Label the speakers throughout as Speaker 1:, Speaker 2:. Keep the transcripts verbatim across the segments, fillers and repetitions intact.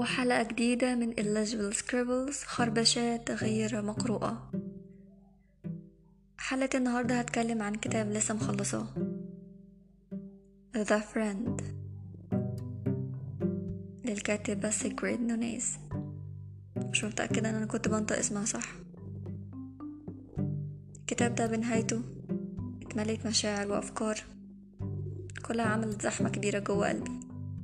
Speaker 1: وحلقة جديدة من Illegible Scribbles، خربشات غير مقروءة. حلقة النهاردة هتكلم عن كتاب لسه مخلصاه، The Friend للكاتبة سيجريد نونيز. مش متأكدة ان انا كنت بنطق اسمها صح. الكتاب ده بنهايته اتمليت مشاعر وافكار كلها عملت زحمة كبيرة جوه قلبي.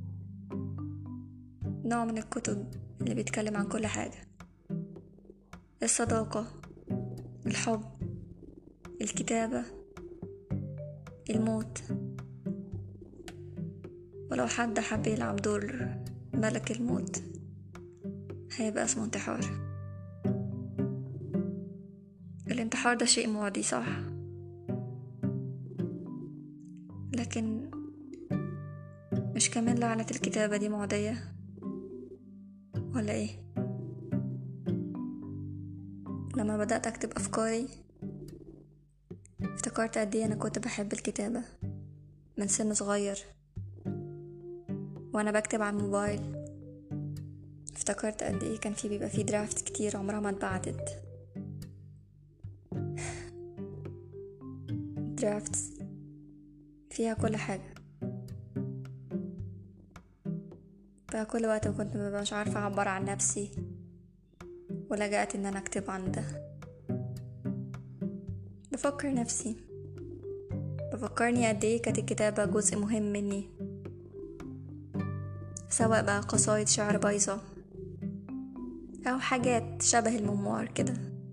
Speaker 1: نوع من الكتب اللي بيتكلم عن كل حاجة: الصداقة، الحب، الكتابة، الموت. ولو حد حب يلعب دور ملك الموت هيبقى اسمه انتحار. الانتحار ده شيء معدي صح، لكن مش كمان لعنة الكتابة دي معدية ولا ايه؟ لما بدأت اكتب افكاري افتكرت قد ايه انا كنت بحب الكتابة من سن صغير. وانا بكتب على الموبايل افتكرت قد ايه كان في بيبقى في درافت كتير عمرها ما اتبعتت، درافتس فيها كل حاجة. بقى كل وقت كنت مبقاش عارفة اعبر عن نفسي ولجأت ان انا اكتب عن ده. بفكر نفسي بفكرني قد ايه كانت الكتابة جزء مهم مني، سواء بقى قصايد شعر بايظة او حاجات شبه المموار كده.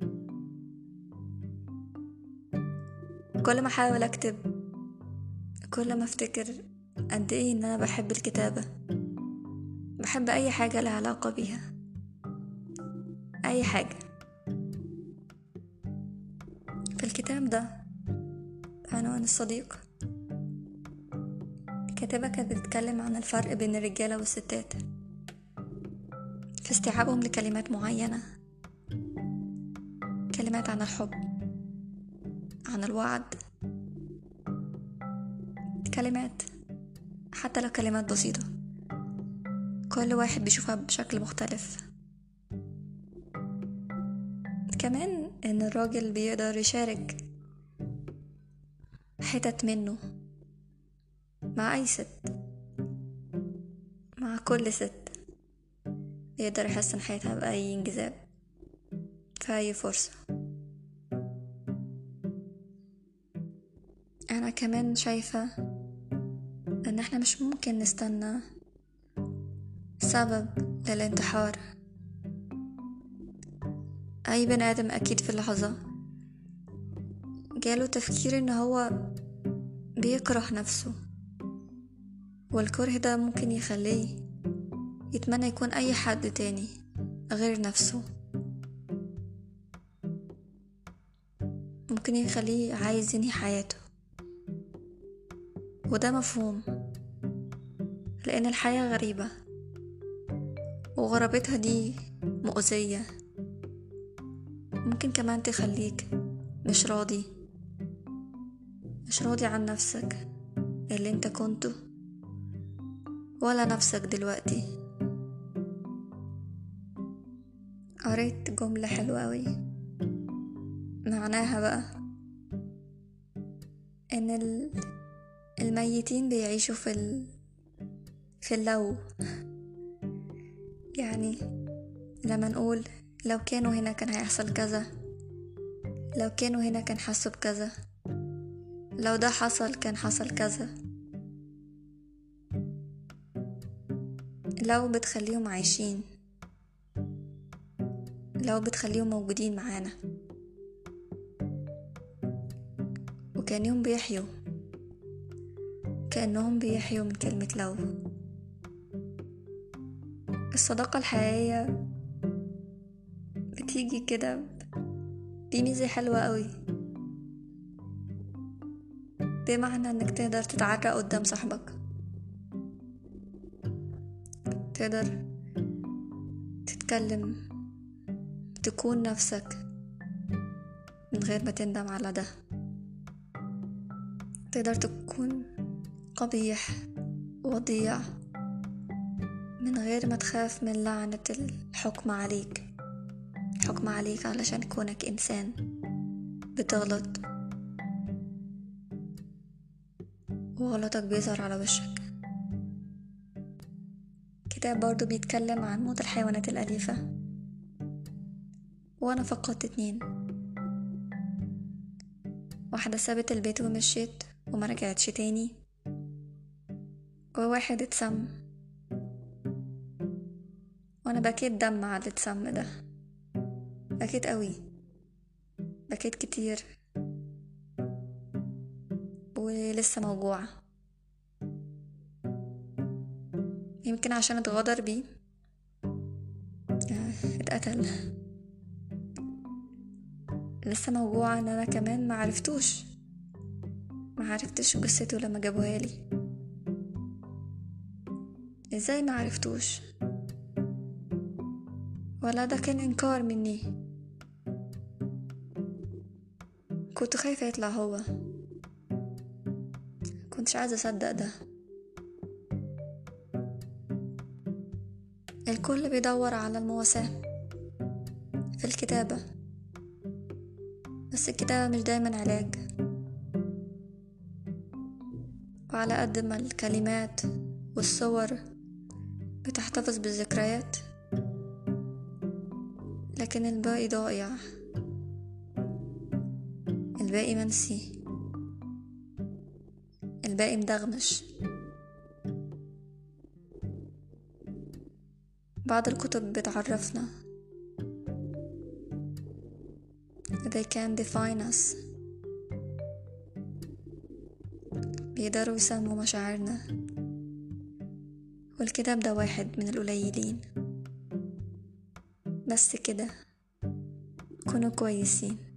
Speaker 1: كل ما احاول اكتب كل ما افتكر قد ايه ان انا بحب الكتابة، بحب اي حاجة لها علاقة بيها، اي حاجة. في الكتاب ده عنوان الصديق، الكاتبة كانت بتتكلم عن الفرق بين الرجالة والستات في استيعابهم لكلمات معينة، كلمات عن الحب، عن الوعد، كلمات حتى لو كلمات بسيطة كل واحد بيشوفها بشكل مختلف. كمان ان الراجل بيقدر يشارك حتت منه مع اي ست، مع كل ست يقدر يحسن حياتها بأي انجذاب في أي فرصة. أنا كمان شايفة أن احنا مش ممكن نستنى سبب للانتحار. أي بني آدم أكيد في لحظة جاله تفكير إن هو بيكره نفسه، والكره ده ممكن يخليه يتمنى يكون أي حد تاني غير نفسه، ممكن يخليه عايز ينهي حياته. وده مفهوم، لأن الحياة غريبة وغرابتها دي مؤذية. ممكن كمان تخليك مش راضي مش راضي عن نفسك اللي انت كنته ولا نفسك دلوقتي. قريت جملة حلوة قوي معناها بقى ان الميتين بيعيشوا في ال... في اللو. يعني لما نقول لو كانوا هنا كان هيحصل كذا، لو كانوا هنا كان حسوا بكذا، لو ده حصل كان حصل كذا، لو بتخليهم عايشين، لو بتخليهم موجودين معانا، وكأنهم بيحيوا كأنهم بيحيوا من كلمة لو. الصداقة الحقيقية بتيجي كده بميزة حلوة قوي، بمعنى انك تقدر تتعرى قدام صاحبك، تقدر تتكلم، تكون نفسك من غير ما تندم على ده، تقدر تكون قبيح وضيع من غير ما تخاف من لعنة الحكم عليك، حكم عليك علشان كونك إنسان بتغلط، وغلطك بيظهر على وشك. كتاب برضو بيتكلم عن موت الحيوانات الأليفة، وأنا فقدت اتنين. واحدة سابت البيت ومشيت وما رجعتش تاني، وواحد اتسم، وانا بكيت دم على الاتسم ده، بكيت قوي، بكيت كتير ولسه موجوعة. يمكن عشان اتغدر بيه، آه، اتقتل. لسه موجوعة ان انا كمان ما عرفتوش ما عرفتش قصته لما جابوها لي. ازاي ما عرفتوش؟ ولا ده كان انكار مني؟ كنت خايفة يطلع هو، كنتش عايزة اصدق ده. الكل بيدور على المواساة في الكتابة، بس الكتابة مش دايما علاج. وعلى قد ما الكلمات والصور بتحتفظ بالذكريات، لكن الباقي ضايع، الباقي منسي، الباقي مدغمش. بعض الكتب بتعرفنا they can define us، بيقدروا يسموا مشاعرنا، والكتاب ده واحد من القليلين. بس كده، كونوا كويسين.